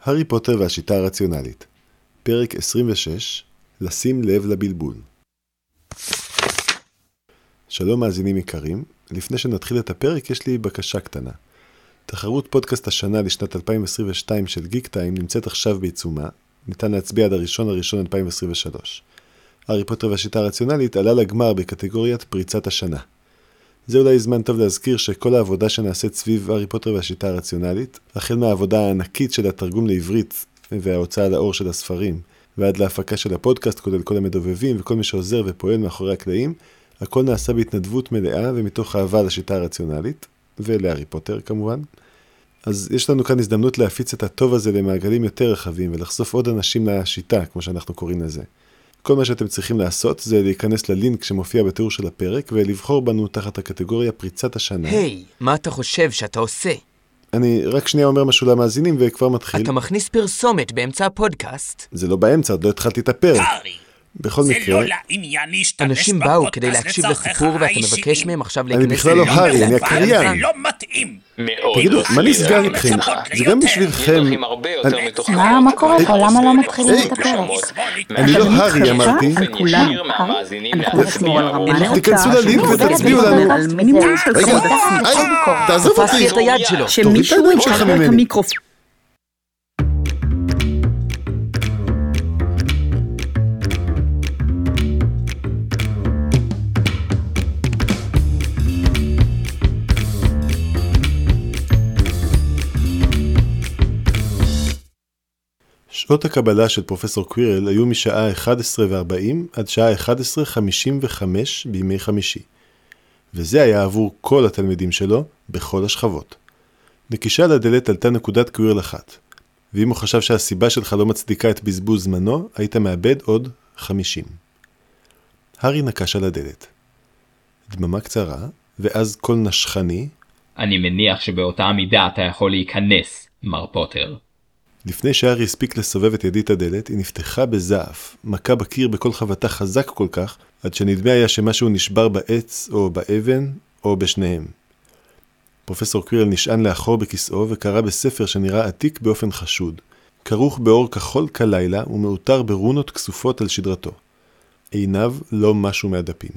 הארי פוטר והשיטה הרציונלית. פרק 26, לשים לב לבלבול. שלום מאזינים יקרים, לפני שנתחיל את הפרק יש לי בקשה קטנה. תחרות פודקאסט השנה לשנת 2022 של גיק טיים נמצאת עכשיו בעיצומה, ניתן להצביע עד הראשון 2023. הארי פוטר והשיטה הרציונלית עלה לגמר בקטגוריית פריצת השנה. זה אולי זמן טוב להזכיר שכל העבודה שנעשית סביב הארי פוטר והשיטה הרציונלית, החל מהעבודה הענקית של התרגום לעברית וההוצאה לאור של הספרים, ועד להפקה של הפודקאסט, כולל כל המדובבים וכל מי שעוזר ופועל מאחורי הקלעים, הכל נעשה בהתנדבות מלאה ומתוך אהבה לשיטה הרציונלית, ולהארי פוטר כמובן. אז יש לנו כאן הזדמנות להפיץ את הטוב הזה למעגלים יותר רחבים, ולחשוף עוד אנשים לשיטה, כמו שאנחנו קוראים לזה. כל מה שאתם צריכים לעשות זה להיכנס ללינק שמופיע בתיאור של הפרק, ולבחור בנו תחת הקטגוריה פריצת השנה. היי, מה אתה חושב שאתה עושה? אני רק שנייה אומר משהו למאזינים וכבר מתחיל. אתה מכניס פרסומת באמצע הפודקאסט. זה לא באמצע, עוד לא התחלתי את הפרק. בכל מקרה, אנשים באו כדי להקשיב לסיפור ואתה מבקש מהם עכשיו להיכנס... אני בכלל לא הארי, אני הקריין. זה לא מתאים. תגידו, מה נסגר איתכם? זה גם בשבילכם. מה קורה פה? למה לא מתחילים את הפרק? אני לא הארי, אמרתי. תיכנסו ללינק ותצביעו לנו. רגע, תעזוב אותי. תפסתי את היד שלו. תוריד את הידיים שלך ממני. שעות הקבלה של פרופסור קווירל היו משעה 11:40 עד שעה 11:55 בימי חמישי. וזה היה עבור כל התלמידים שלו בכל השכבות. נקישה לדלת עלתה נקודת קווירל אחת. ואם הוא חשב שהסיבה שלך לא מצדיקה את בזבוז זמנו, היית מאבד עוד 50. הארי נקש על הדלת. דממה קצרה, ואז קול נשכני. אני מניח שבאותה עמידה אתה יכול להיכנס, מר פוטר. לפני שהארי הספיק לסובב את ידית הדלת, היא נפתחה בזעף, מכה בקיר בכל חבטה חזק כל כך, עד שנדמה היה שמשהו נשבר בעץ או באבן או בשניהם. פרופסור קווירל נשען לאחור בכיסאו וקרא בספר שנראה עתיק באופן חשוד, כרוך באור כחול כלילה ומאותר ברונות כסופות על שדרתו. עיניו לא משהו מהדפים.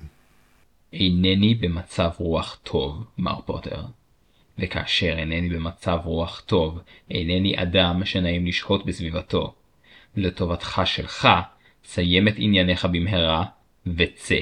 אינני במצב רוח טוב, מר פוטר. וכאשר אינני במצב רוח טוב, אינני אדם שנעים לשהות בסביבתו. לטובתך שלך, סיים את ענייניך במהרה, וצא.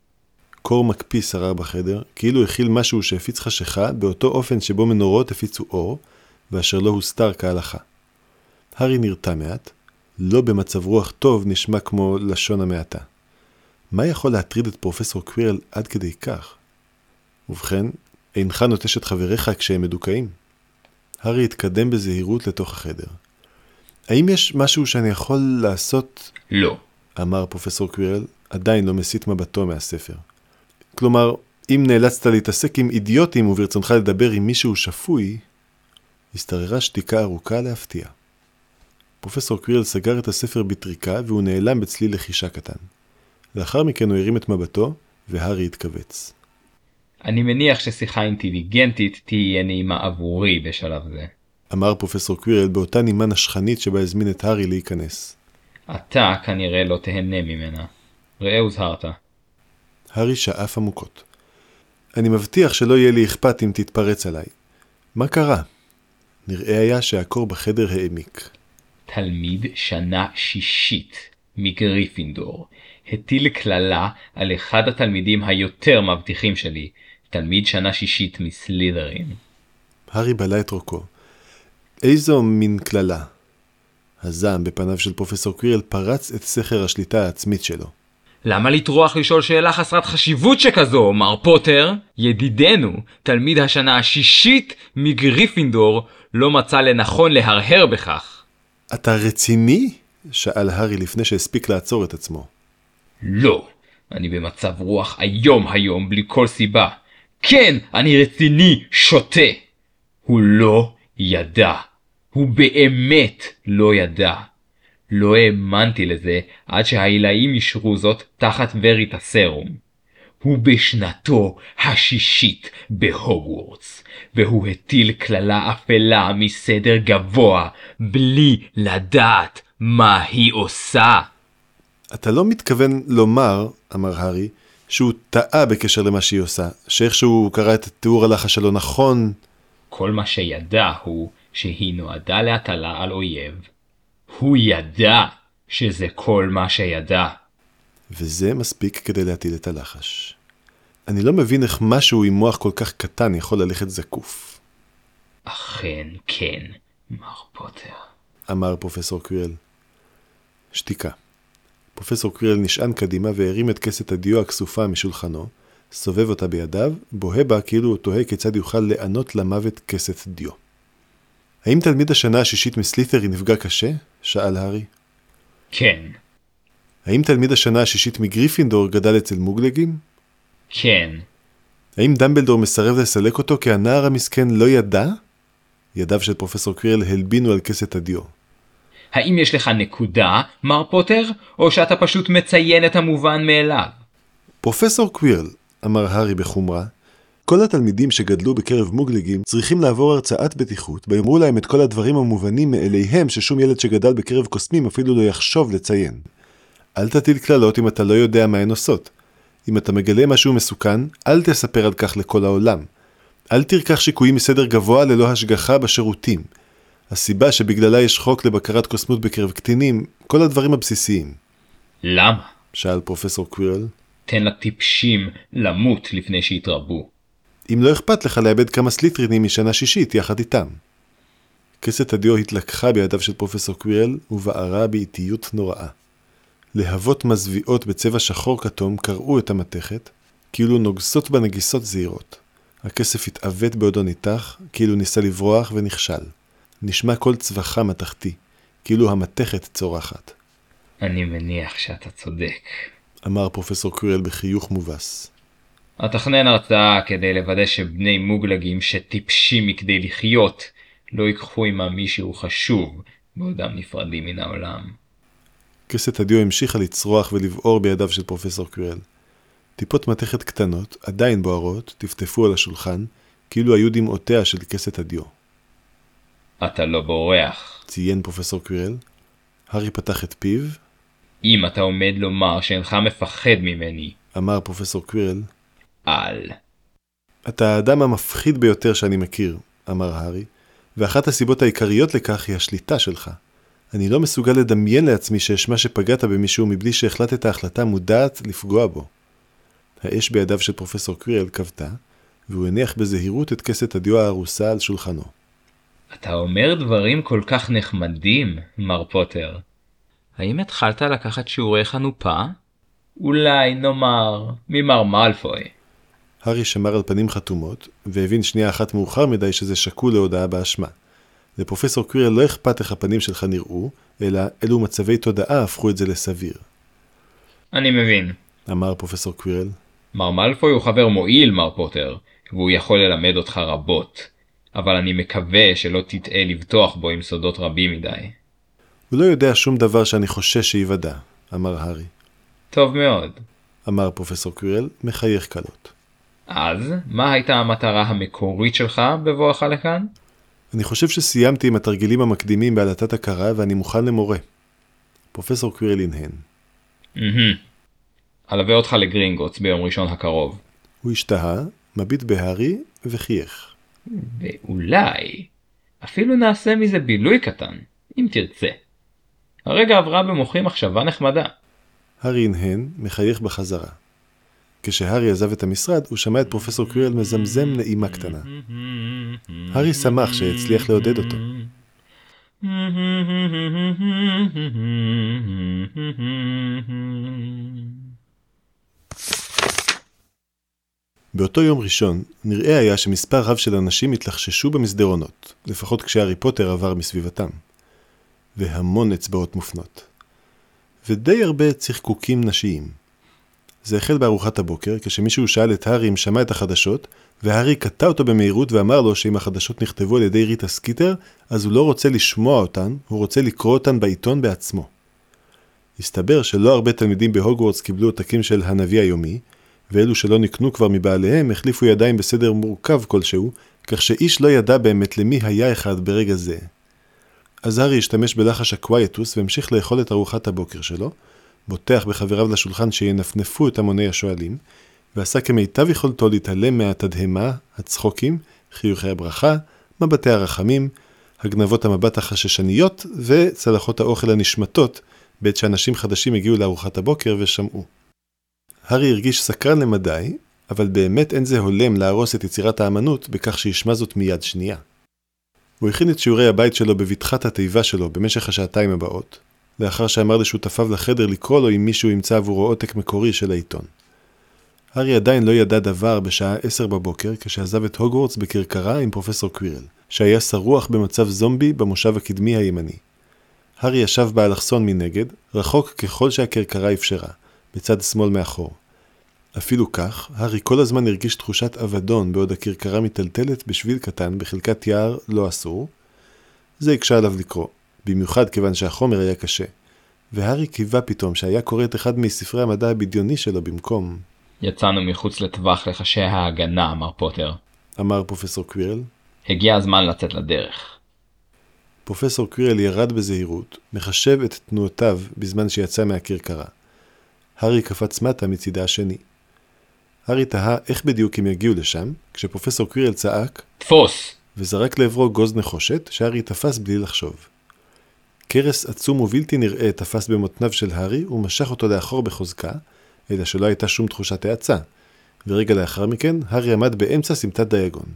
קור מקפיא שרר בחדר, כאילו הכיל משהו שהפיץ חשיכה, באותו אופן שבו מנורות הפיצו אור, ואשר לא הוסתר כהלכה. הארי נרתע מעט, לא במצב רוח טוב נשמע כמו לשון המעטה. מה יכול להטריד את פרופסור קווירל עד כדי כך? ובכן, אינך נוטש את חבריך כשהם מדוכאים. הארי התקדם בזהירות לתוך החדר. האם יש משהו שאני יכול לעשות? לא. אמר פרופסור קווירל, עדיין לא מסיט מבטו מהספר. כלומר, אם נאלצת להתעסק עם אידיוטים וברצונך לדבר עם מישהו שפוי, הסתררה שתיקה ארוכה להפתיע. פרופסור קווירל סגר את הספר בטריקה והוא נעלם בצליל לחישה קטן. לאחר מכן הוא הרים את מבטו והארי התכווץ. אני מניח ששיחה אינטליגנטית תהיה נעימה עבורי בשלב זה. אמר פרופסור קווירל באותה נימה נשכנית שבה הזמין את הארי להיכנס. אתה כנראה לא תהנה ממנה. ראה הוזהרת. הארי שאף עמוקות. אני מבטיח שלא יהיה לי אכפת אם תתפרץ עליי. מה קרה? נראה היה שהקור בחדר העמיק. תלמיד שנה שישית מגריפינדור הטיל כללה על אחד התלמידים היותר מבטיחים שלי, תלמיד שנה שישית מסלית'רין. הארי בלע את רוקו. איזו מין כללה? הזעם בפניו של פרופסור קווירל פרץ את סכר השליטה העצמית שלו. למה לטרוח לשאול שאלה חסרת חשיבות שכזו, מר פוטר? ידידנו, תלמיד השנה השישית מגריפינדור, לא מצא לנכון להרהר בכך. אתה רציני? שאל הארי לפני שהספיק לעצור את עצמו. לא, אני במצב רוח היום בלי כל סיבה. כן, אני רציני, שוטה. הוא לא ידע. הוא באמת לא ידע. לא האמנתי לזה עד שהעילאים ישרו זאת תחת וריטסרום. הוא בשנתו השישית בהוגוורטס, והוא הטיל כללה אפלה מסדר גבוה, בלי לדעת מה היא עושה. אתה לא מתכוון לומר, אמר הארי, שהוא טעה בקשר למה שהיא עושה, שאיכשהו קרא את התיאור הלחש שלו נכון. כל מה שידע הוא שהיא נועדה להטלה על אויב. הוא ידע שזה כל מה שידע. וזה מספיק כדי להטיל את הלחש. אני לא מבין איך משהו עם מוח כל כך קטן יכול ללכת זקוף. אכן כן, מר פוטר. אמר פרופסור קווירל. שתיקה. פרופסור קווירל נשען קדימה והרים את כסת הדיו הכסופה משולחנו, סובב אותה בידיו, בוהה בה כאילו הוא תוהה כיצד יוכל לענות למוות כסת דיו. האם תלמיד השנה השישית מסלית'רין נפגע קשה? שאל הארי. כן. האם תלמיד השנה השישית מגריפינדור גדל אצל מוגלגים? כן. האם דמבלדור מסרב לסלק אותו כי הנער המסכן לא ידע? ידיו של פרופסור קווירל הלבינו על כסת הדיו. האם יש לך נקודה, מר פוטר, או שאתה פשוט מציין את המובן מאליו? פרופסור קווירל, אמר הארי בחומרה, כל התלמידים שגדלו בקרב מוגלגים צריכים לעבור הרצאת בטיחות, ויאמרו להם את כל הדברים המובנים מאליהם ששום ילד שגדל בקרב קוסמים אפילו לא יחשוב לציין. אל תטיל כללות אם אתה לא יודע מה הן עושות. אם אתה מגלה משהו מסוכן, אל תספר על כך לכל העולם. אל תרקח שיקויים מסדר גבוה ללא השגחה בשירותים. הסיבה שבגללה יש חוק לבקרת קוסמות בקרב קטינים, כל הדברים הבסיסיים. למה? שאל פרופסור קווירל. תן לטיפשים למות לפני שיתרבו. אם לא אכפת לך לאבד כמה סליתרינים משנה שישית יחד איתם. כסת הדיו התלקחה בידיו של פרופסור קווירל ובערה באיטיות נוראה. להבות מזוויעות בצבע שחור כתום קראו את המתכת, כאילו נוגסות בנגיסות זהירות. הכסף התעוות בעודו ניתח, כאילו ניסה לברוח ונכשל. נשמע כל צבחה מתחתי, כאילו המתכת צורחת. אני מניח שאתה צודק. אמר פרופסור קווירל בחיוך מובס. התכנן הרצאה כדי לוודא שבני מוגלגים שטיפשים מכדי לחיות לא ייקחו עמם מישהו חשוב בעודם נפרדים מן העולם. כסת הדיו המשיכה לצרוח ולבעור בידיו של פרופסור קווירל. טיפות מתכת קטנות, עדיין בוערות, טפטפו על השולחן, כאילו היו דמעותיה של כסת הדיו. אתה לא בורח. ציין פרופסור קווירל. הארי פתח את פיו. אם אתה עומד לומר שאינך מפחד ממני. אמר פרופסור קווירל. אל. אתה האדם המפחיד ביותר שאני מכיר, אמר הארי, ואחת הסיבות העיקריות לכך היא השליטה שלך. אני לא מסוגל לדמיין לעצמי שאשמע שפגעת במישהו מבלי שהחלטת החלטה מודעת לפגוע בו. האש בידיו של פרופסור קווירל כבתה, והוא הניח בזהירות את כסת הדיו הארוסה על שולחנו. אתה אומר דברים כל כך נחמדים, מר פוטר. האם התחלת לקחת שיעורי חנופה? אולי נאמר ממר מאלפוי. הארי שמר על פנים חתומות, והבין שנייה אחת מאוחר מדי שזה שקול להודעה באשמה. לפרופסור קווירל לא אכפת איך הפנים שלך נראו, אלא אלו מצבי תודעה הפכו את זה לסביר. אני מבין. אמר פרופסור קווירל. מר מאלפוי הוא חבר מועיל, מר פוטר, והוא יכול ללמד אותך רבות. אבל אני מקווה שלא תטעה לבטוח בו עם סודות רבים מדי. הוא לא יודע שום דבר שאני חושש שיוודע, אמר הארי. טוב מאוד. אמר פרופסור קווירל, מחייך קלות. אז, מה הייתה המטרה המקורית שלך בבואך לכאן? אני חושב שסיימתי עם התרגילים המקדימים בעלתת הכרה ואני מוכן למורה. פרופסור קווירל הנהן. אלווה אותך לגרינגוטס ביום ראשון הקרוב. הוא השתהה, מביט בהארי וחייך. ואולי אפילו נעשה מזה בילוי קטן, אם תרצה. הרגע עברה במוחי מחשבה נחמדה. הארי הנהן, מחייך בחזרה. כשהארי עזב את המשרד, הוא שמע את פרופסור קווירל מזמזם נעימה קטנה. הארי שמח שהצליח לעודד אותו. באותו יום ראשון, נראה היה שמספר רב של אנשים התלחששו במסדרונות, לפחות כשהארי פוטר עבר מסביבתם. והמון אצבעות מופנות. ודי הרבה צחקוקים נשיים. זה החל בארוחת הבוקר, כשמישהו שאל את הארי אם שמע את החדשות, והארי קטע אותו במהירות ואמר לו שאם החדשות נכתבו על ידי ריטה סקיטר, אז הוא לא רוצה לשמוע אותן, הוא רוצה לקרוא אותן בעיתון בעצמו. הסתבר שלא הרבה תלמידים בהוגוורטס קיבלו עותקים של הנביא היומי, ואלו שלא נקנו כבר מבעליהם החליפו ידיים בסדר מורכב כלשהו, כך שאיש לא ידע באמת למי היה אחד ברגע זה. אז הארי השתמש בלחש הקווייטוס והמשיך לאכול את ארוחת הבוקר שלו, בוטח בחבריו לשולחן שינפנפו את המוני השואלים, ועשה כמיטב יכולתו להתעלם מהתדהמה, הצחוקים, חיוכי הברכה, מבטי הרחמים, הגנבות המבט החששניות וצלחות האוכל הנשמטות, בעת שאנשים חדשים הגיעו לארוחת הבוקר ושמעו. הארי הרגיש סקרן למדי, אבל באמת אין זה הולם להרוס את יצירת האמנות בכך שישמע זאת מיד שנייה. הוא הכין את שיעורי הבית שלו בבטחת התיבה שלו במשך השעתיים הבאות, לאחר שאמר לשותפיו לחדר לקרוא לו אם מישהו ימצא עבורו עותק מקורי של העיתון. הארי עדיין לא ידע דבר בשעה 10 בבוקר כשעזב את הוגוורטס בקרקרה עם פרופסור קווירל, שהיה שרוח במצב זומבי במושב הקדמי הימני. הארי ישב באלכסון מנגד, רחוק ככל שהקרקרה אפשרה, בצד שמאל מאחור. אפילו כך, הארי כל הזמן הרגיש תחושת אבדון בעוד הקרקרה מטלטלת בשביל קטן בחלקת יער לא אסור. זה הקשה עליו לקרוא, במיוחד כיוון שהחומר היה קשה. והארי קיווה פתאום שהיה קורא את אחד מספרי המדע הבדיוני שלו במקום. יצאנו מחוץ לטווח לחשי ההגנה, אמר פוטר. אמר פרופסור קווירל. הגיע הזמן לצאת לדרך. פרופסור קווירל ירד בזהירות, מחשב את תנועותיו בזמן שיצא מהקרקרה. הארי קפץ מטה מצידה השני. הארי תהה איך בדיוק הם יגיעו לשם, כשפרופסור קווירל צעק תפוס! וזרק לעברו גוז נחושת שהארי תפס בלי לחשוב. קרס עצום ובלתי נראה תפס במותניו של הארי ומשך אותו לאחור בחוזקה, אלא שלא הייתה שום תחושת האצה, ורגע לאחר מכן הארי עמד באמצע סמטת דיאגון.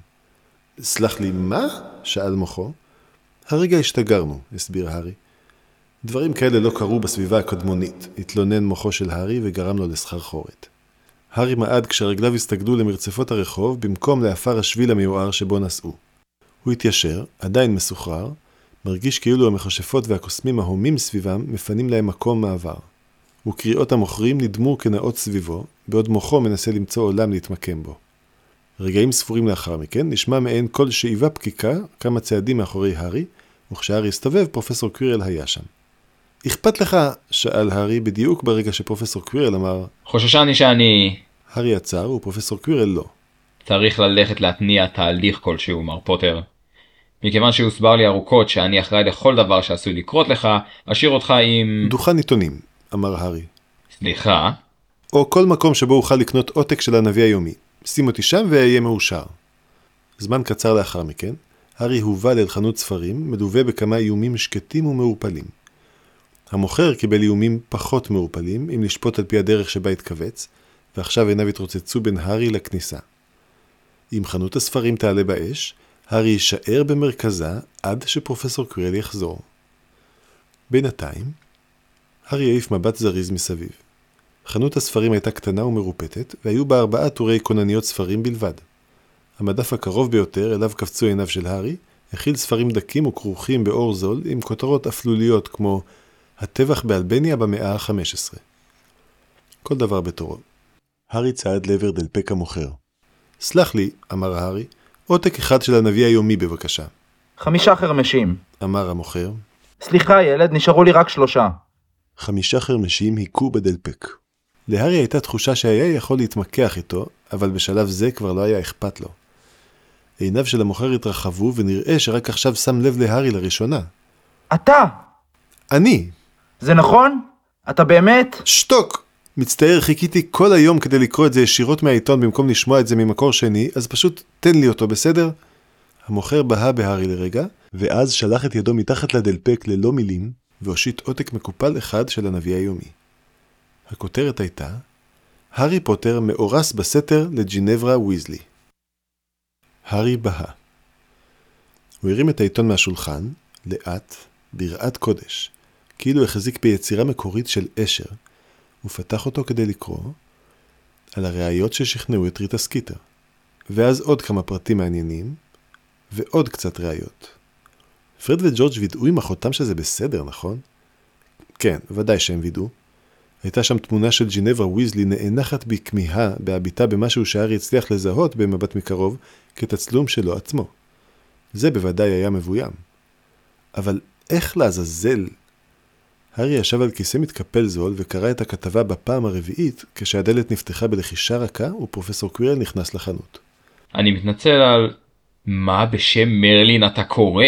סלח לי, מה? שאל מוחו. הרגע השתגרנו, הסביר הארי. דברים כאלה לא קרו בסביבה הקדמונית, התלונן מוחו של הארי וגרם לו לסחרחורת. הארי מעד כשרגליו הסתגדו למרצפות הרחוב במקום לאפר השביל המיוער שבו נסעו. הוא התיישר, עדיין מסוחרר, מרגיש כאילו המכשפות והקוסמים ההומים סביבם מפנים להם מקום מעבר. וקריאות המוכרים נדמו כנאות סביבו, בעוד מוחו מנסה למצוא עולם להתמקם בו. רגעים ספורים לאחר מכן נשמע מעין כל שאיבה פקיקה כמה צעדים מאחורי הארי, וכשהארי הסתובב פרופסור קווירל היה שם. אכפת לך? שאל הארי בדיוק ברגע שפרופסור קווירל אמר חוששני שאני... הארי עצר ופרופסור קווירל לא. צריך ללכת להתניע תהליך כלשהו, מר פוטר. מכיוון שהוסבר לי ארוכות שאני אחראי לכל דבר שעשוי לקרות לך, אשאיר אותך עם... דוכן עיתונים, אמר הארי. סליחה? או כל מקום שבו אוכל לקנות עותק של הנביא היומי. שים אותי שם ואהיה מאושר. זמן קצר לאחר מכן, הארי הובא אל חנות ספרים, מלווה בכמה איומים שקטים ומעורפלים. המוכר קיבל איומים פחות מעורפלים, אם לשפוט על פי הדרך שבה התכווץ, ועכשיו עיניו התרוצצו בין הארי לכניסה. אם חנות הספרים תעלה באש, הארי יישאר במרכזה עד שפרופסור קווירל יחזור. בינתיים, הארי העיף מבט זריז מסביב. חנות הספרים הייתה קטנה ומרופטת, והיו בה 4 טורי כונניות ספרים בלבד. המדף הקרוב ביותר, אליו קפצו עיניו של הארי, הכיל ספרים דקים וכרוכים באור זול, עם כותרות אפלוליות כמו הטבח באלבניה במאה ה-15. כל דבר בתורו. הארי צעד לעבר דלפק המוכר. סלח לי, אמר הארי, עותק אחד של הנביא היומי בבקשה. 5 חרמשים. אמר המוכר. סליחה ילד, נשארו לי רק 3. 5 חרמשים היכו בדלפק. להארי הייתה תחושה שהיה יכול להתמקח איתו, אבל בשלב זה כבר לא היה אכפת לו. עיניו של המוכר התרחבו ונראה שרק עכשיו שם לב להארי לראשונה. אתה! אני! זה נכון? אתה באמת? שתוק! מצטער, חיכיתי כל היום כדי לקרוא את זה ישירות מהעיתון במקום לשמוע את זה ממקור שני, אז פשוט תן לי אותו, בסדר? המוכר בהה בהארי לרגע, ואז שלח את ידו מתחת לדלפק ללא מילים, והושיט עותק מקופל אחד של הנביא היומי. הכותרת הייתה, הארי פוטר מאורס בסתר לג'ינברה ויזלי. הארי בהה. הוא הרים את העיתון מהשולחן, לאט, ביראת קודש, כאילו החזיק ביצירה מקורית של אשר, ופתח אותו כדי לקרוא על הראיות ששכנעו את ריטה סקיטר, ואז עוד כמה פרטים מעניינים, ועוד קצת ראיות. פרד וג'ורג' וידאו עם אחותם שזה בסדר, נכון? כן, ודאי שהם וידאו. הייתה שם תמונה של ג'ינברה ויזלי נאנחת בכמיהה בהביטה במשהו שהארי הצליח לזהות במבט מקרוב כתצלום שלו עצמו. זה בוודאי היה מבוים. אבל איך לעזאזל? הארי ישב על כיסא מתקפל זול וקרא את הכתבה בפעם הרביעית, כשהדלת נפתחה בלחישה רכה ופרופסור קווירל נכנס לחנות. אני מתנצל על... מה בשם מרלין אתה קורא?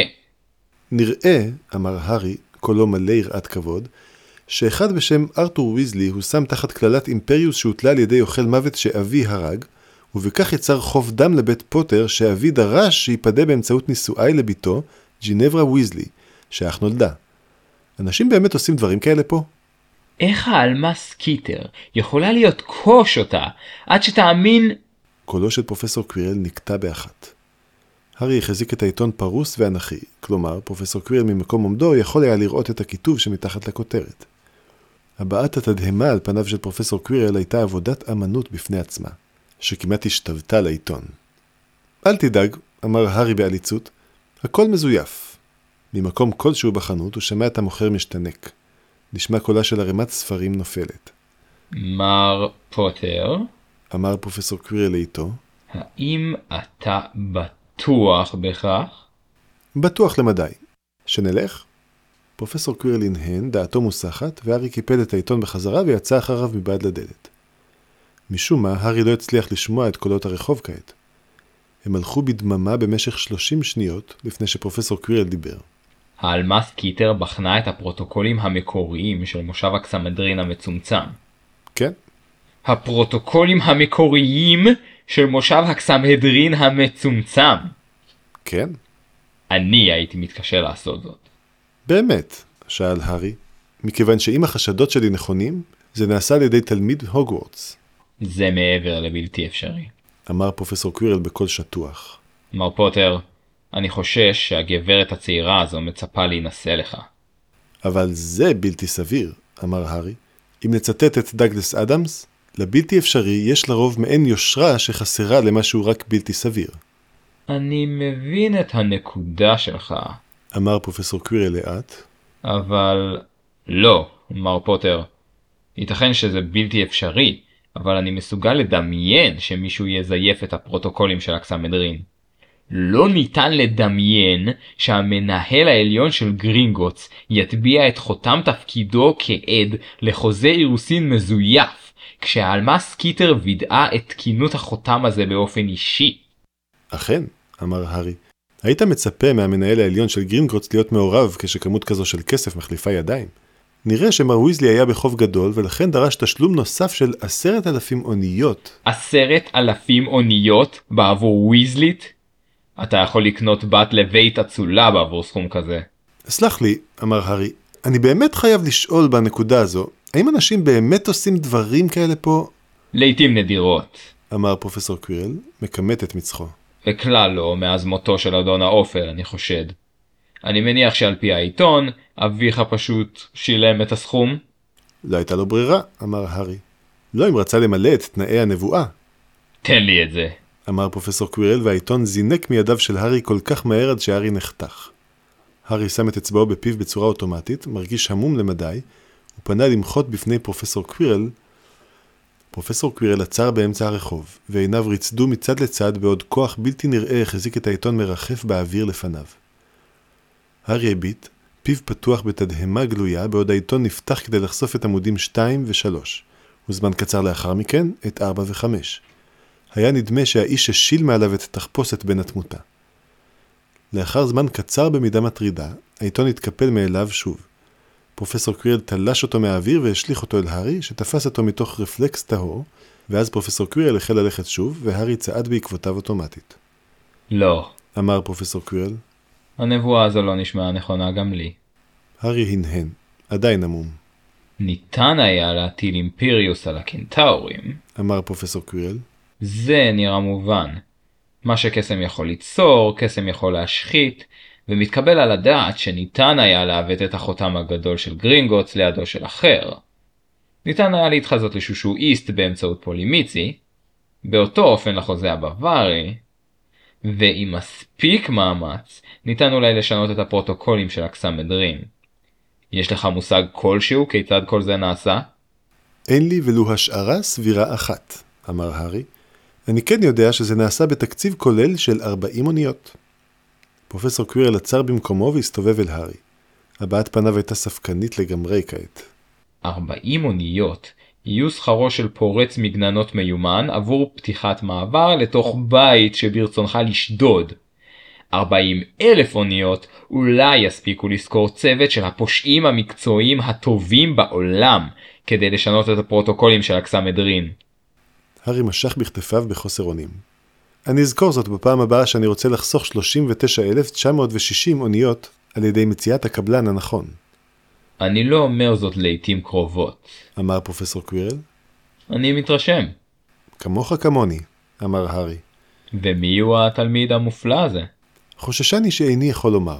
נראה, אמר הארי, קולו מלא יראת כבוד, שאחד בשם ארתור ויזלי הושם תחת כללת אימפריוס שהוטלה על ידי אוכל מוות שאבי הרג, ובכך יצר חוב דם לבית פוטר שאבי דרש שיפדה באמצעות נישואי לביתו, ג'ינברה ויזלי, שאך נולדה. אנשים באמת עושים דברים כאלה פה? איך העלמה סקיטר יכולה להיות קוש אותה עד שתאמין... קולו של פרופסור קווירל נקטע באחת. הארי החזיק את העיתון פרוס ואנכי, כלומר, פרופסור קווירל ממקום עומדו יכול היה לראות את הכיתוב שמתחת לכותרת. הבעת התדהמה על פניו של פרופסור קווירל הייתה עבודת אמנות בפני עצמה, שכמעט השתוותה לעיתון. אל תדאג, אמר הארי בעליצות, הכל מזויף. ממקום כלשהו בחנות הוא שמע את המוכר משתנק. נשמע קולה של ערימת ספרים נופלת. מר פוטר? אמר פרופסור קווירל לאיתו. האם אתה בטוח בכך? בטוח למדי. שנלך? פרופסור קווירל הנהן, דעתו מוסחת, והארי קיפל את העיתון בחזרה ויצא אחריו מבעד לדלת. משום מה, הארי לא הצליח לשמוע את קולות הרחוב כעת. הם הלכו בדממה במשך 30 שניות לפני שפרופסור קווירל דיבר. העלמה סקיטר בחנה את הפרוטוקולים המקוריים של מושב הקסמדרין המצומצם. כן? הפרוטוקולים המקוריים של מושב הקסמדרין המצומצם. כן? אני הייתי מתקשה לעשות זאת. באמת, שאל הארי, מכיוון שאם החשדות שלי נכונים, זה נעשה על ידי תלמיד הוגוורטס. זה מעבר לבלתי אפשרי. אמר פרופסור קווירל בקול שטוח. מר פוטר, אני חושש שהגברת הצעירה הזו מצפה להינשא לך. אבל זה בלתי סביר, אמר הארי. אם נצטט את דאגלס אדמס, לבלתי אפשרי יש לרוב מעין יושרה שחסרה למשהו רק בלתי סביר. אני מבין את הנקודה שלך. אמר פרופסור קווירל לאט. אבל לא, מר פוטר. ייתכן שזה בלתי אפשרי, אבל אני מסוגל לדמיין שמישהו יזייף את הפרוטוקולים של הקסמדרין. לא ניתן לדמיין שהמנהל העליון של גרינגוטס יטביע את חותם תפקידו כעד לחוזה אירוסין מזויף, כשהעלמה סקיטר וידעה את תקינות החותם הזה באופן אישי. אכן, אמר הארי. היית מצפה מהמנהל העליון של גרינגוטס להיות מעורב כשכמות כזו של כסף מחליפה ידיים. נראה שמר ויזלי היה בחוב גדול ולכן דרש תשלום נוסף של 10,000 אוניות. 10,000 אוניות בעבור ויזלית? אתה יכול לקנות בת לבית אצולה בעבור סכום כזה. סלח לי, אמר הארי, אני באמת חייב לשאול בנקודה הזו, האם אנשים באמת עושים דברים כאלה פה? לעתים נדירות. אמר פרופסור קווירל, מקמת את מצחו. וכלל לא מאז מותו של אדון האופל, אני חושד. אני מניח שעל פי העיתון, אביך פשוט שילם את הסכום. לא הייתה לו ברירה, אמר הארי. לא אם רצה למלא את תנאי הנבואה. תן לי את זה. אמר פרופסור קווירל, והעיתון זינק מידיו של הארי כל כך מהר עד שהארי נחתך. הארי שם את אצבעו בפיו בצורה אוטומטית, מרגיש המום למדי, ופנה למחות בפני פרופסור קווירל. פרופסור קווירל עצר באמצע הרחוב, ועיניו ריצדו מצד לצד בעוד כוח בלתי נראה החזיק את העיתון מרחף באוויר לפניו. הארי הביט, פיו פתוח בתדהמה גלויה, בעוד העיתון נפתח כדי לחשוף את עמודים 2 ו-3, וזמן קצר לאחר מכן את 4 ו-5. היה נדמה שהאיש השיל מעליו את תחפושת בין התמותה. לאחר זמן קצר במידה מטרידה, העיתון התקפל מאליו שוב. פרופסור קווירל תלש אותו מהאוויר והשליך אותו אל הארי, שתפס אותו מתוך רפלקס טהור, ואז פרופסור קווירל החל ללכת שוב, והארי צעד בעקבותיו אוטומטית. לא. אמר פרופסור קווירל. הנבואה הזו לא נשמעה נכונה גם לי. הארי הנהן, עדיין עמום. ניתן היה להטיל אימפריוס על הקנטאורים. אמר פרופסור קווירל. זה נראה מובן. מה שקסם יכול ליצור, קסם יכול להשחית, ומתקבל על הדעת שניתן היה לעוות את החותם הגדול של גרינגוטס לידו של אחר. ניתן היה להתחזות לשושו איסט באמצעות פולימיצי, באותו אופן לחוזה הבווארי, ועם מספיק מאמץ ניתן אולי לשנות את הפרוטוקולים של הקסמדרין. יש לך מושג כלשהו כיצד כל זה נעשה? אין לי ולו השערה סבירה אחת, אמר הארי. אני כן יודע שזה נעשה בתקציב כולל של 40 אוניות. פרופסור קווירל עצר במקומו והסתובב אל הארי. הבעת פניו הייתה ספקנית לגמרי כעת. 40 אוניות יהיו שכרו של פורץ מגננות מיומן עבור פתיחת מעבר לתוך בית שברצונך לשדוד. 40,000 אוניות אולי יספיקו לשכור צוות של הפושעים המקצועיים הטובים בעולם כדי לשנות את הפרוטוקולים של הקסמדרין. הארי משך בכתפיו בחוסר אונים. אני אזכור זאת בפעם הבאה שאני רוצה לחסוך 39,960 אוניות על ידי מציאת הקבלן הנכון. אני לא אומר זאת לעתים קרובות, אמר פרופסור קווירל. אני מתרשם. כמוך כמוני, אמר הארי. ומי הוא התלמיד המופלא הזה? חוששני שאיני יכול לומר.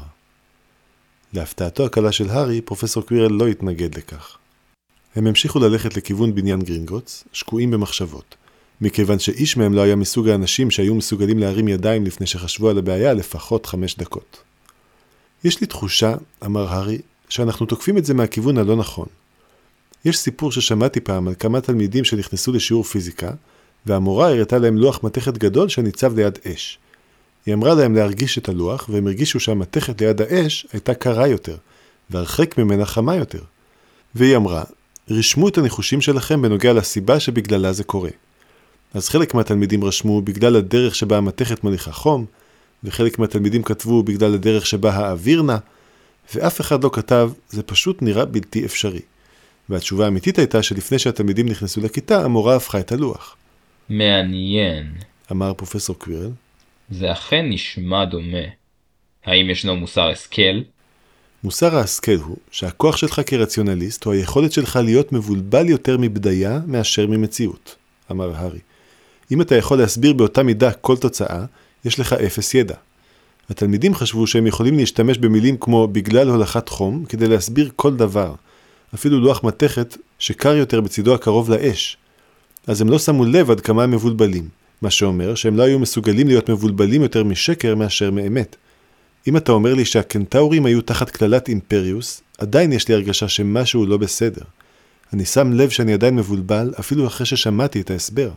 להפתעתו הקלה של הארי, פרופסור קווירל לא התנגד לכך. הם המשיכו ללכת לכיוון בניין גרינגוטס, שקועים במחשבות, מכיוון שאיש מהם לא היה מסוג האנשים שהיו מסוגלים להרים ידיים לפני שחשבו על הבעיה לפחות 5 דקות. יש לי תחושה, אמר הארי, שאנחנו תוקפים את זה מהכיוון הלא נכון. יש סיפור ששמעתי פעם על כמה תלמידים שנכנסו לשיעור פיזיקה, והמורה הראתה להם לוח מתכת גדול שניצב ליד אש. היא אמרה להם להרגיש את הלוח, והם הרגישו שהמתכת ליד האש הייתה קרה יותר, והרחק ממנה חמה יותר. והיא אמרה, רשמו את הניחושים שלכם בנוגע לסיבה שבגללה זה קורה. אז חלק מהתלמידים רשמו בגלל הדרך שבה המתכת מליחה חום, וחלק מהתלמידים כתבו בגלל הדרך שבה האוויר נע, ואף אחד לא כתב, זה פשוט נראה בלתי אפשרי. והתשובה האמיתית הייתה שלפני שהתלמידים נכנסו לכיתה, המורה הפכה את הלוח. מעניין, אמר פרופסור קווירל. זה אכן נשמע דומה. האם ישנו מוסר השכל? מוסר ההשכל הוא שהכוח שלך כרציונליסט הוא היכולת שלך להיות מבולבל יותר מבדיה מאשר ממציאות, אמר הארי. אם אתה יכול להסביר באותה מידה כל תוצאה, יש לך 0 ידע. התלמידים חשבו שהם יכולים להשתמש במילים כמו בגלל הולכת חום כדי להסביר כל דבר, אפילו לוח מתכת שקר יותר בצידו הקרוב לאש. אז הם לא שמו לב עד כמה הם מבולבלים, מה שאומר שהם לא היו מסוגלים להיות מבולבלים יותר משקר מאשר מאמת. אם אתה אומר לי שהקנטאורים היו תחת כללת אימפריוס, עדיין יש לי הרגשה שמשהו לא בסדר. אני שם לב שאני עדיין מבולבל אפילו אחרי ששמעתי את ההסבר.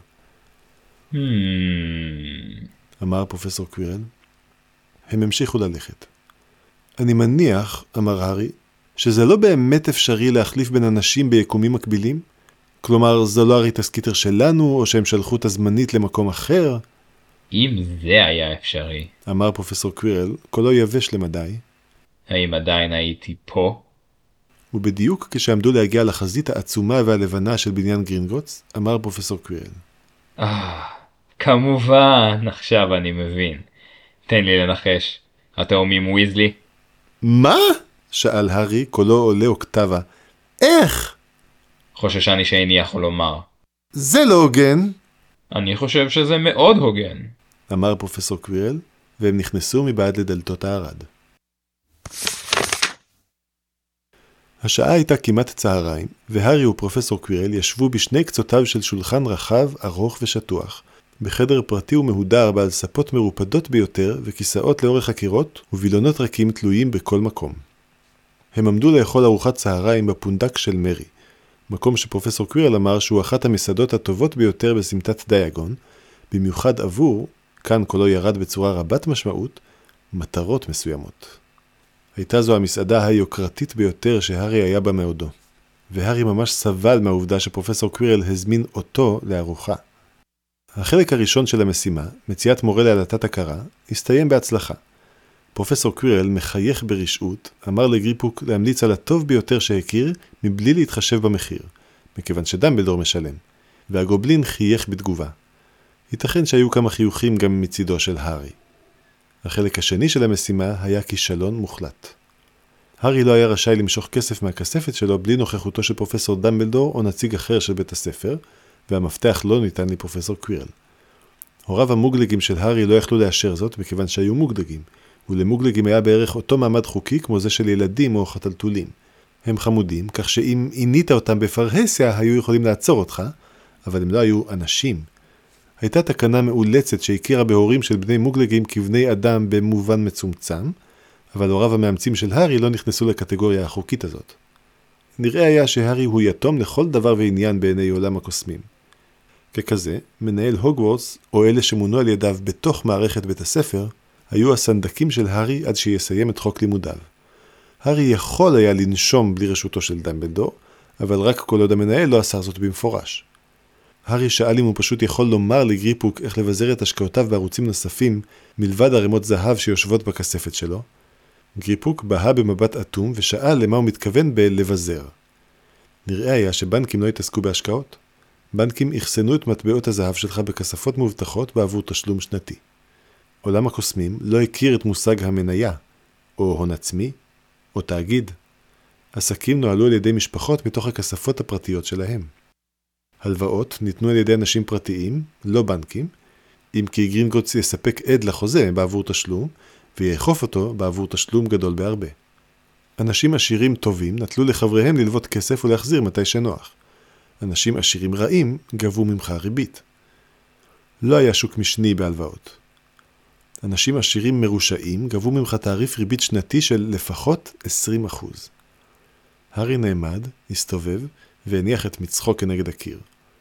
אמר פרופסור קווירל. הם המשיכו ללכת. אני מניח, אמר הארי, שזה לא באמת אפשרי להחליף בין אנשים ביקומים מקבילים? כלומר, זו לא הריטה סקיטר שלנו, או שהם שלחו את הזמנית למקום אחר? אם זה היה אפשרי, אמר פרופסור קווירל, קולו יבש למדי. האם עדיין הייתי פה? ובדיוק כשעמדו להגיע לחזית העצומה והלבנה של בניין גרינגוטס, אמר פרופסור קווירל. כמובן, עכשיו אני מבין. תן לי לנחש, התאומים ויזלי? מה? שאל הארי, קולו עולה אוקטבה. איך? חוששני שאיני יכול לומר. זה לא הוגן. אני חושב שזה מאוד הוגן, אמר פרופסור קווירל, והם נכנסו מבעד לדלתות הארד. השעה הייתה כמעט צהריים, והארי ופרופסור קווירל ישבו בשני קצותיו של שולחן רחב, ארוך ושטוח, בחדר פרטי ומהודר בעל ספות מרופדות ביותר וכיסאות לאורך הקירות ובילונות רכים תלויים בכל מקום. הם עמדו לאכול ארוחת צהריים בפונדק של מרי, מקום שפרופסור קווירל אמר שהוא אחת המסעדות הטובות ביותר בסמטת דיאגון, במיוחד עבור, כאן קולו ירד בצורה רבת משמעות, מטרות מסוימות. הייתה זו המסעדה היוקרתית ביותר שהארי היה בה מעודו, והארי ממש סבל מהעובדה שפרופסור קווירל הזמין אותו לארוחה. החלק הראשון של המשימה, מציאת מורה לעלתת הכרה, הסתיים בהצלחה. פרופסור קווירל, מחייך ברשעות, אמר לגריפוק להמליץ על הטוב ביותר שהכיר, מבלי להתחשב במחיר, מכיוון שדמבלדור משלם, והגובלין חייך בתגובה. ייתכן שהיו כמה חיוכים גם מצידו של הארי. החלק השני של המשימה היה כישלון מוחלט. הארי לא היה רשאי למשוך כסף מהכספת שלו בלי נוכחותו של פרופסור דמבלדור או נציג אחר של בית הספר, והמפתח לא ניתן לפרופסור קווירל. הוריו המוגלגים של הארי לא יכלו לאשר זאת מכיוון שהיו מוגלגים, ולמוגלגים היה בערך אותו מעמד חוקי כמו זה של ילדים או חתלתולים. הם חמודים, כך שאם עינית אותם בפרהסיה היו יכולים לעצור אותך, אבל הם לא היו אנשים. הייתה תקנה מאולצת שהכירה בהורים של בני מוגלגים כבני אדם במובן מצומצם, אבל הוריו המאמצים של הארי לא נכנסו לקטגוריה החוקית הזאת. נראה היה שהארי הוא יתום לכל דבר ועניין בעיני עולם הקוסמים. ככזה, מנהל הוגוורטס, או אלה שמונו על ידיו בתוך מערכת בית הספר, היו הסנדקים של הארי עד שיסיים את חוק לימודיו. הארי יכול היה לנשום בלי רשותו של דמבלדור, אבל רק כל עוד המנהל לא אסר זאת במפורש. הארי שאל אם הוא פשוט יכול לומר לגריפוק איך לבזר את השקעותיו בערוצים נוספים מלבד ערימות זהב שיושבות בכספת שלו. גריפוק בהה במבט אטום ושאל למה הוא מתכוון בלבזר. נראה היה שבנקים לא התעסקו בהשקעות. בנקים יחסנו את מטבעות הזהב שלך בכספות מובטחות בעבור תשלום שנתי. עולם הקוסמים לא הכיר את מושג המניה, או הון עצמי, או תאגיד. עסקים נועלו על ידי משפחות מתוך הכספות הפרטיות שלהם. הלוואות ניתנו על ידי אנשים פרטיים, לא בנקים, אם כי גרינגוטס יספק עד לחוזה בעבור תשלום, ויאכוף אותו בעבור תשלום גדול בהרבה. אנשים עשירים טובים נטלו לחבריהם ללוות כסף ולהחזיר מתי שנוח. אנשים עשירים רעים גבו ממך ריבית. לא היה שוק משני בהלוואות. אנשים עשירים מרושעים גבו ממך תעריף ריבית שנתי של לפחות 20%. הארי נעמד, הסתובב, והניח את מצחו כנגד הקיר.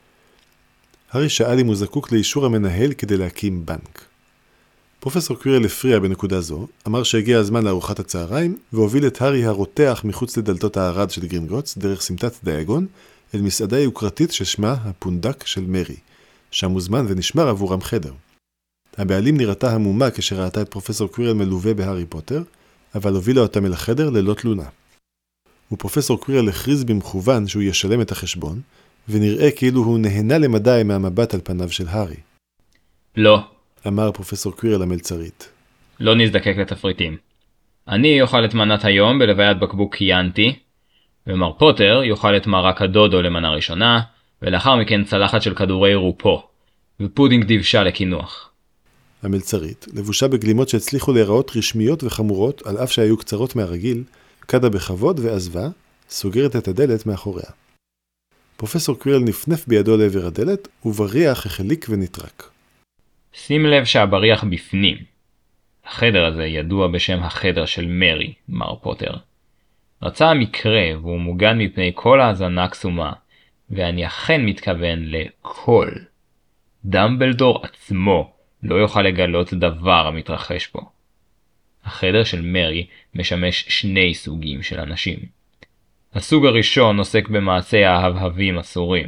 הארי שאל אם הוא זקוק לאישור המנהל כדי להקים בנק. פרופסור קווירל הפריע בנקודה זו, אמר שהגיע הזמן לארוחת הצהריים, והוביל את הארי הרותח מחוץ לדלתות הערד של גרינגוטס, דרך סמטת דיאגון, אל מסעדה יוקרתית ששמה הפונדק של מרי, שם מוזמן ונשמר עבורם חדר. הבעלים נראתה המומה כאשר ראתה את פרופסור קווירל מלווה בהארי פוטר, אבל הובילה אותם אל החדר ללא תלונה. ופרופסור קווירל הכריז במכוון שהוא ישלם את החשבון, ונראה כאילו הוא נהנה למדי מהמבט על פניו של הארי. לא. אמר פרופסור קווירל המלצרית. לא נזדקק לתפריטים. אני יאכל את מנת היום בלוויית בקבוק קיאנטי, ומר פוטר יאכל את מרק הדודו למנה ראשונה, ולאחר מכן צלחת של כדורי רופו, ופודינג דבשה לקינוח. המלצרית, לבושה בגלימות שהצליחו להיראות רשמיות וחמורות, על אף שהיו קצרות מהרגיל, קדה בכבוד ועזבה, סוגרת את הדלת מאחוריה. פרופסור קווירל נפנף בידו לעבר הדלת, ובריח החליק ונטרק. שים לב שהבריח בפנים. החדר הזה ידוע בשם החדר של מרי, מר פוטר. רצה המקרה והוא מוגן מפני כל האזנה קסומה, ואני אכן מתכוון לכל. דמבלדור עצמו לא יוכל לגלות דבר המתרחש פה. החדר של מרי משמש שני סוגים של אנשים. הסוג הראשון עוסק במעשי ההבהבים אסורים,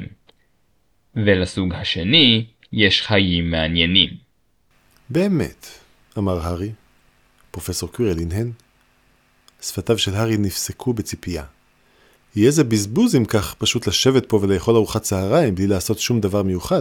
ולסוג השני יש חיים מעניינים. באמת, אמר הארי. פרופסור קווירל הנהן. שפתיו של הארי נפסקו בציפייה. יהיה זה בזבוז אם כך פשוט לשבת פה ולאכול ארוחת צהריים בלי לעשות שום דבר מיוחד.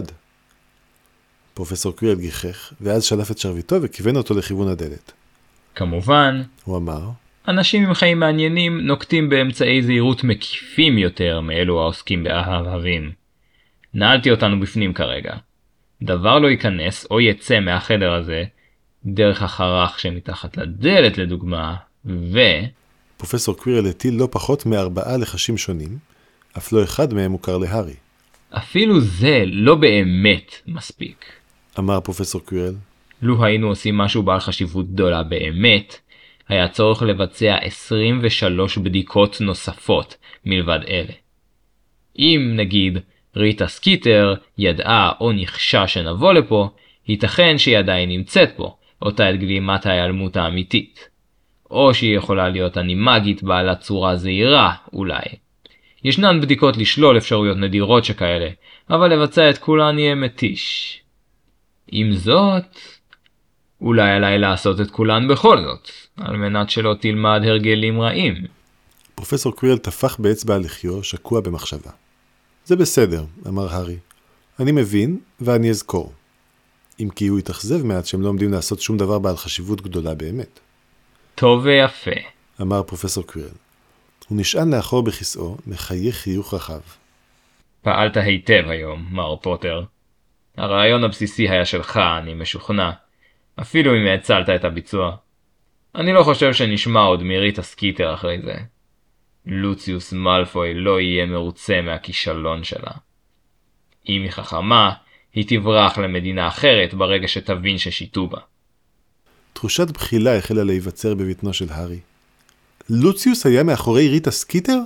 פרופסור קווירל גיחך, ואז שלף את שרביטו וכיוון אותו לכיוון הדלת. כמובן, הוא אמר, אנשים עם חיים מעניינים נוקטים באמצעי זהירות מקיפים יותר מאלו העוסקים בהבהבים. נעלתי אותנו בפנים כרגע. דבר לא ייכנס או יצא מהחדר הזה, דרך החרך שמתחת לדלת לדוגמה, פרופסור קווירל הטיל לא פחות מ4 לחשים שונים, אף לא אחד מהם מוכר להארי. אפילו זה לא באמת מספיק. אמר פרופסור קווירל. לו היינו עושים משהו בעל חשיבות גדולה באמת, היה צורך לבצע 23 בדיקות נוספות מלבד אלה. אם נגיד ריטה סקיטר ידעה או נחשה שנבוא לפה, ייתכן שהיא עדיין נמצאת פה, אותה את גלימת ההיעלמות האמיתית. או שהיא יכולה להיות אנימגית בעלת צורה זהירה, אולי. ישנן בדיקות לשלול אפשרויות נדירות שכאלה, אבל לבצע את כולן יהיה מתיש. עם זאת, אולי עליי לעשות את כולן בכל זאת, על מנת שלא תלמד הרגלים רעים. פרופסור קווירל טפח באצבע על לחיו, שקוע במחשבה. זה בסדר, אמר הארי. אני מבין ואני אזכור. אם כי הוא התאכזב מעט שהם לא עומדים לעשות שום דבר בעל חשיבות גדולה באמת. טוב ויפה, אמר פרופסור קווירל. הוא נשען לאחור בכיסאו, מחייך חיוך רחב. פעלת היטב היום, מר פוטר. הרעיון הבסיסי היה שלך, אני משוכנע. אפילו אם הצלת את הביצוע. אני לא חושב שנשמע עוד מריטה סקיטר אחרי זה. לוציוס מאלפוי לא יהיה מרוצה מהכישלון שלה. אם היא חכמה, היא תברח למדינה אחרת ברגע שתבין ששיתו בה. תחושת בחילה החלה להיווצר בבטנו של הארי. לוציוס היה מאחורי ריטה סקיטר?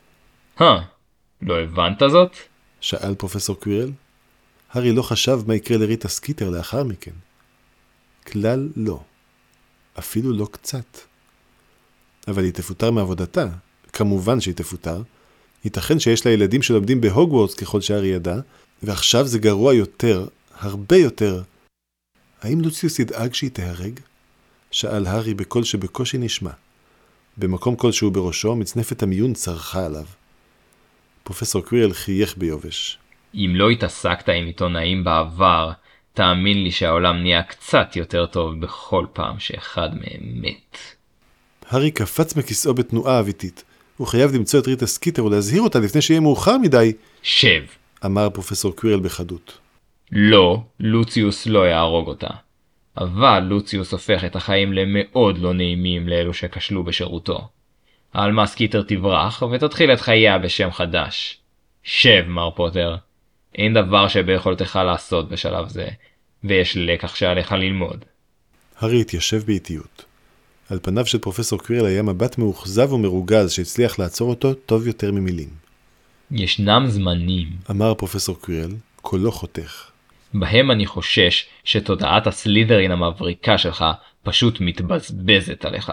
לא הבנת זאת? שאל פרופסור קווירל. הארי לא חשב מה יקרה לריטה סקיטר לאחר מכן. כלל לא. אפילו לא קצת. אבל היא תפוטר מעבודתה. כמובן שהיא תפוטר. ייתכן שיש לה ילדים שלומדים בהוגוורטס ככל שהארי ידע, ועכשיו זה גרוע יותר, הרבה יותר. האם לוציוס ידאג שהיא תהרג? שאל הארי בקול שבקושי נשמע. במקום כלשהו בראשו, מצנפת המיון צרחה עליו. פרופסור קווירל חייך ביובש. אם לא התעסקת עם עיתונאים בעבר, תאמין לי שהעולם נהיה קצת יותר טוב בכל פעם שאחד מהם מת. הארי קפץ מכיסאו בתנועה אביתית. הוא חייב למצוא את ריטה סקיטר ולהזהיר אותה לפני שיהיה מאוחר מדי. שב. אמר פרופסור קווירל בחדות. לא, לוציוס לא יהרוג אותה. אבל לוציוס הופך את החיים למאוד לא נעימים לאלו שכשלו בשירותו. העלמה סקיטר תברח ותתחיל את חייה בשם חדש. שב, מר פוטר. אין דבר שביכולתך לעשות בשלב זה, ויש לקח שעליך ללמוד. הארי התיישב באיטיות. על פניו של פרופסור קווירל היה מבט מאוכזב ומרוגז שהצליח לעצור אותו טוב יותר ממילים. ישנם זמנים, אמר פרופסור קווירל, קולו חותך. בהם אני חושש שתודעת הסלית'רין המבריקה שלך פשוט מתבזבזת עליך.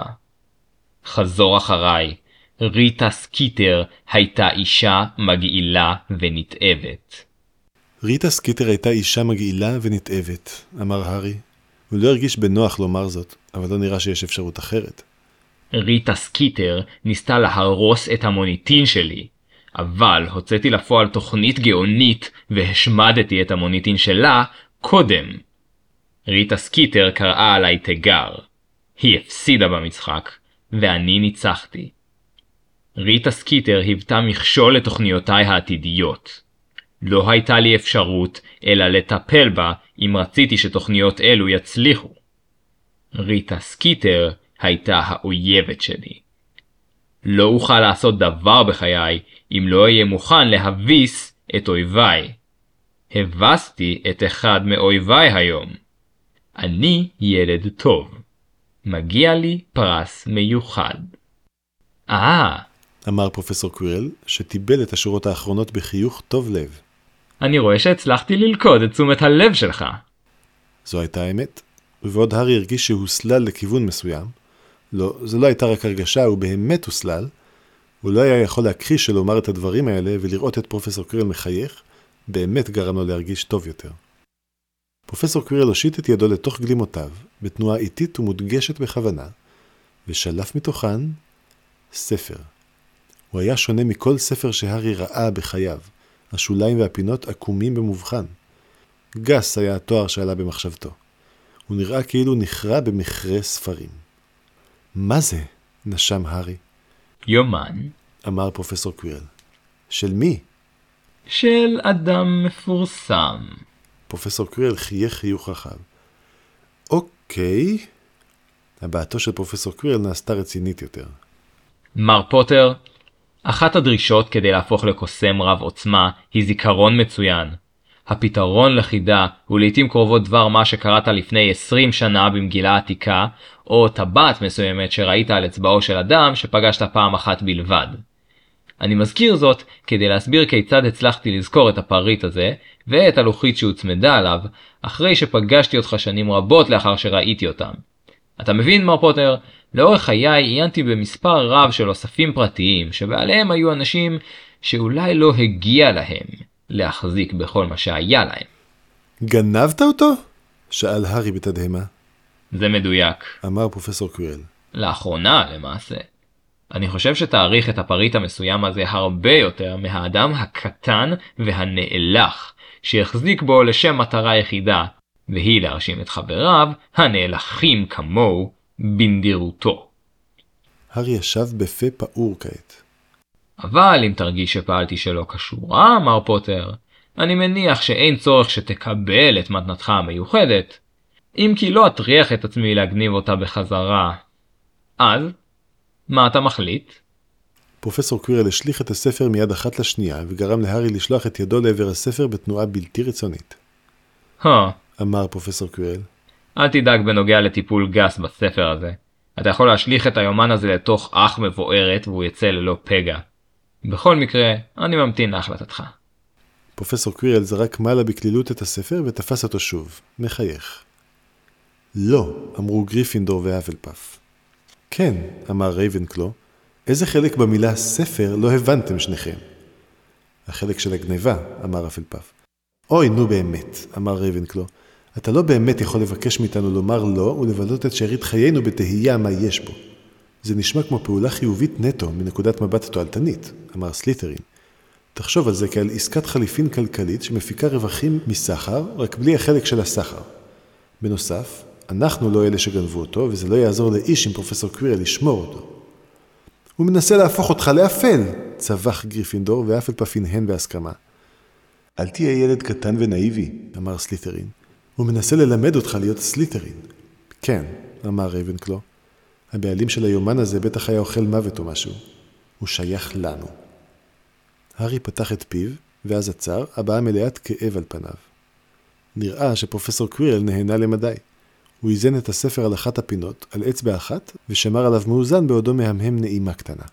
חזור אחריי, ריטה סקיטר הייתה אישה מגעילה ונתאבת. ריטה סקיטר הייתה אישה מגעילה ונתאבת, אמר הארי. הוא לא הרגיש בנוח לומר זאת, אבל לא נראה שיש אפשרות אחרת. ריטה סקיטר ניסתה להרוס את המוניטין שלי, אבל הוצאתי לפועל תוכנית גאונית והשמדתי את המוניטין שלה קודם. ריטה סקיטר קראה עליי תיגר. היא הפסידה במשחק, ואני ניצחתי. ריטה סקיטר היוותה מכשול לתוכניותיי העתידיות. לא הייתה לי אפשרות אלא לטפל בה אם רציתי שתוכניות אלו יצליחו. ריטה סקיטר הייתה האויבת שלי. לא אוכל לעשות דבר בחיי אם לא אהיה מוכן להביס את אויביי. הבסתי את אחד מאויביי היום. אני ילד טוב. מגיע לי פרס מיוחד. אמר פרופסור קווירל, שטיבל את השורות האחרונות בחיוך טוב לב. אני רואה שהצלחתי ללכוד את תשומת הלב שלך. זו הייתה האמת, ובעוד הארי הרגיש שהוסלל לכיוון מסוים, לא, זו לא הייתה רק הרגשה, הוא באמת הוסלל, הוא לא היה יכול להכחיש שלומר את הדברים האלה ולראות את פרופסור קווירל מחייך, באמת גרם לו להרגיש טוב יותר. פרופסור קווירל הושיט את ידו לתוך גלימותיו, בתנועה איטית ומודגשת בכוונה, ושלף מתוכן ספר. הוא היה שונה מכל ספר שהארי ראה בחייו, השוליים והפינות עקומים במובחן. גס היה התואר שעלה במחשבתו. הוא נראה כאילו נכרע במכרה ספרים. מה זה? נשם הארי. יומן. אמר פרופסור קווירל. של מי? של אדם מפורסם. פרופסור קווירל חייך חיוך רחב. אוקיי. הבעתו של פרופסור קווירל נעשתה רצינית יותר. מר פוטר, אחת הדרישות כדי להפוך לקוסם רב עוצמה היא זיכרון מצוין. הפתרון לחידה הוא לעתים קרובות דבר מה שקראת לפני 20 שנה במגילה העתיקה, או טבעת מסוימת שראית על אצבעו של אדם שפגשת פעם אחת בלבד. אני מזכיר זאת כדי להסביר כיצד הצלחתי לזכור את הפריט הזה, ואת הלוחית שהוצמדה עליו, אחרי שפגשתי אותך שנים רבות לאחר שראיתי אותם. אתה מבין, מר פוטר? לאורך חיי עיינתי במספר רב של אוספים פרטיים, שבעליהם היו אנשים שאולי לא הגיע להם להחזיק בכל מה שהיה להם. גנבת אותו? שאל הארי בתדהמה. זה מדויק. אמר פרופסור קווירל. לאחרונה, למעשה. אני חושב שתאריך את הפריט המסוים הזה הרבה יותר מהאדם הקטן והנאלח, שהחזיק בו לשם מטרה יחידה, והיא להרשים את חבריו הנאלחים כמוהו בנדירותו. הארי ישב בפה פעור כעת. אבל אם תרגיש שפעלתי שלא קשורה, מר פוטר, אני מניח שאין צורך שתקבל את מתנתך המיוחדת, אם כי לא אטריח את עצמי להגניב אותה בחזרה. אז, מה אתה מחליט? פרופסור קווירל השליך את הספר מיד אחת לשנייה, וגרם להארי לשלוח את ידו לעבר הספר בתנועה בלתי רצונית. אמר פרופסור קווירל. אל תדאג בנוגע לטיפול גס בספר הזה. אתה יכול להשליך את היומן הזה לתוך אח מבוערת והוא יצא ללא פגע. בכל מקרה, אני ממתין להחלטתך. פרופסור קווירל זרק מעלה בכלילות את הספר ותפס אותו שוב, מחייך. לא, אמרו גריפינדור והאפלפף. כן, אמר רייבנקלו, איזה חלק במילה ספר לא הבנתם שניכם? החלק של הגניבה, אמר אפלפף. אוי, נו באמת, אמר רייבנקלו, אתה לא באמת יכול לבקש מאיתנו לומר לא ולבלות את שארית חיינו בתהייה מה יש בו. זה נשמע כמו פעולה חיובית נטו מנקודת מבט תועלתנית, אמר סלית'רין. תחשוב על זה כעל עסקת חליפין כלכלית שמפיקה רווחים מסחר, רק בלי החלק של הסחר. בנוסף, אנחנו לא אלה שגנבו אותו, וזה לא יעזור לאיש עם פרופסור קווירל לשמור אותו. הוא מנסה להפוך אותך לאפל, צווח גריפינדור, ואפלפף הנהן בהסכמה. אל תהיה ילד קטן ונאיבי, אמר סלית'רין. הוא מנסה ללמד אותך להיות סלית'רין. כן, אמר רייבנקלו. הבעלים של היומן הזה בטח היה אוכל מוות או משהו. הוא שייך לנו. הארי פתח את פיו, ואז עצר, הבעה מלאת כאב על פניו. נראה שפרופסור קווירל נהנה למדי. הוא איזן את הספר על אחת הפינות, על אצבע אחת, ושמר עליו מאוזן בעודו מהמהם נעימה קטנה.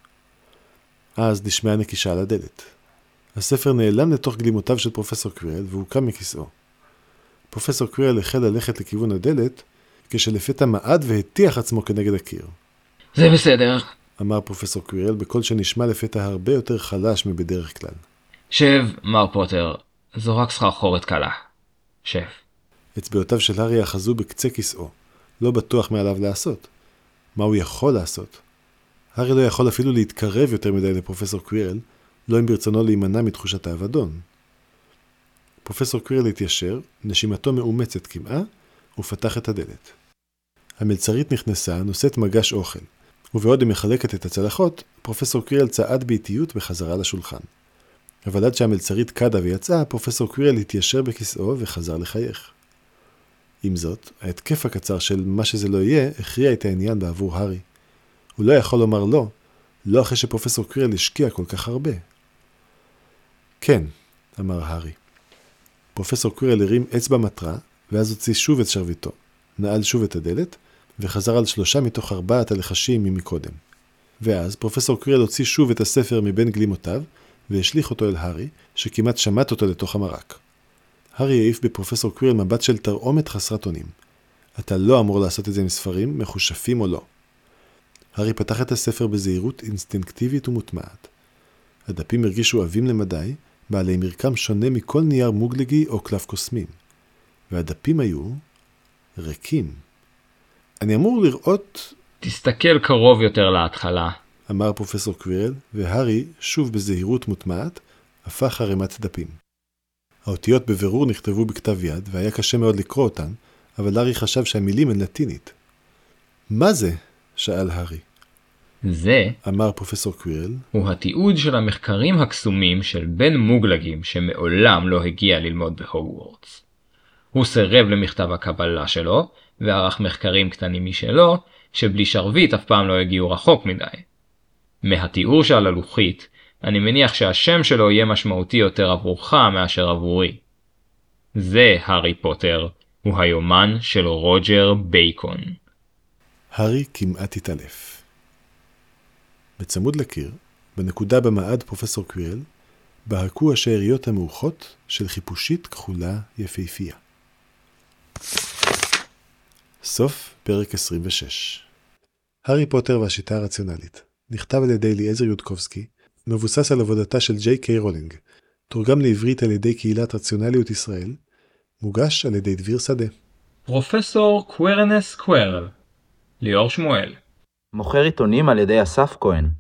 אז נשמעה נקישה על הדלת. הספר נעלם לתוך גלימותיו של פרופסור קווירל, והוא קם מכיסאו. פרופסור קווירל החל ללכת לכיוון הדלת, כשלפתע מעד והטיח עצמו כנגד הקיר. זה בסדר, אמר פרופסור קווירל בקול שנשמע לפתע הרבה יותר חלש מבדרך כלל. שב, מר פוטר, זו רק סחרחורת קלה. שב. אצבעותיו של הארי אחזו בקצה כיסאו, לא בטוח מה עליו לעשות. מה הוא יכול לעשות? הארי לא יכול אפילו להתקרב יותר מדי לפרופסור קווירל, לא אם ברצונו להימנע מתחושת האבדון. פרופסור קווירל התיישר, נשימתו מאומצת כמעה, ופתח את הדלת. המלצרית נכנסה, נושאת מגש אוכל, ובעוד היא מחלקת את הצלחות, פרופסור קווירל צעד באיטיות בחזרה לשולחן. אבל עד שהמלצרית קדה ויצאה, פרופסור קווירל התיישר בכיסאו וחזר לחייך. עם זאת, ההתקף הקצר של מה שזה לא יהיה, הכריע את העניין בעבור הארי. הוא לא יכול לומר לא אחרי שפרופסור קווירל השקיע כל כך הרבה. כן, אמר הארי. פרופסור קווירל הרים אצבע מטרה, ואז הוציא שוב את שרביטו, נעל שוב את הדלת, וחזר על 3 מתוך 4 הלחשים ממקודם. ואז פרופסור קווירל הוציא שוב את הספר מבין גלימותיו, והשליך אותו אל הארי, שכמעט שמט אותו לתוך המרק. הארי העיף בפרופסור קווירל מבט של תרעומת חסרת אונים. אתה לא אמור לעשות את זה עם ספרים, מחושפים או לא. הארי פתח את הספר בזהירות אינסטינקטיבית ומוטמעת. הדפים הרגישו עבים למדי, בעלי מרקם שונה מכל נייר מוגלגי או קלף קוסמים. והדפים היו ריקים. אני אמור לראות... תסתכל קרוב יותר להתחלה, אמר פרופסור קווירל, והארי, שוב בזהירות מוטמעת, הפך ערימת דפים. האותיות בבירור נכתבו בכתב יד, והיה קשה מאוד לקרוא אותן, אבל הארי חשב שהמילים הן לטינית. מה זה? שאל הארי. זה, אמר פרופסור קווירל, הוא התיעוד של המחקרים הקסומים של בן מוגלגים שמעולם לא הגיע ללמוד בהוגוורטס. הוא סירב למכתב הקבלה שלו, וערך מחקרים קטנים משלו, שבלי שרביט אף פעם לא הגיעו רחוק מדי. מהתיאור שעל הלוחית, אני מניח שהשם שלו יהיה משמעותי יותר עבורך מאשר עבורי. זה, הארי פוטר, הוא היומן של רוג'ר בייקון. הארי כמעט התעלף. בצמוד לקיר, בנקודה במעד פרופסור קווירל, בהקו השאריות המאוחות של חיפושית כחולה יפהפייה. סוף פרק 26. הארי פוטר והשיטה הרציונלית נכתב על ידי אליעזר יודקובסקי, מבוסס על עבודתה של ג'יי קיי רולינג, תורגם לעברית על ידי קהילת רציונליות ישראל, מוגש על ידי דביר שדה. פרופסור קווירנס קווירל, ליאור שמואל. מוכר עיתונים על ידי אסף כהן.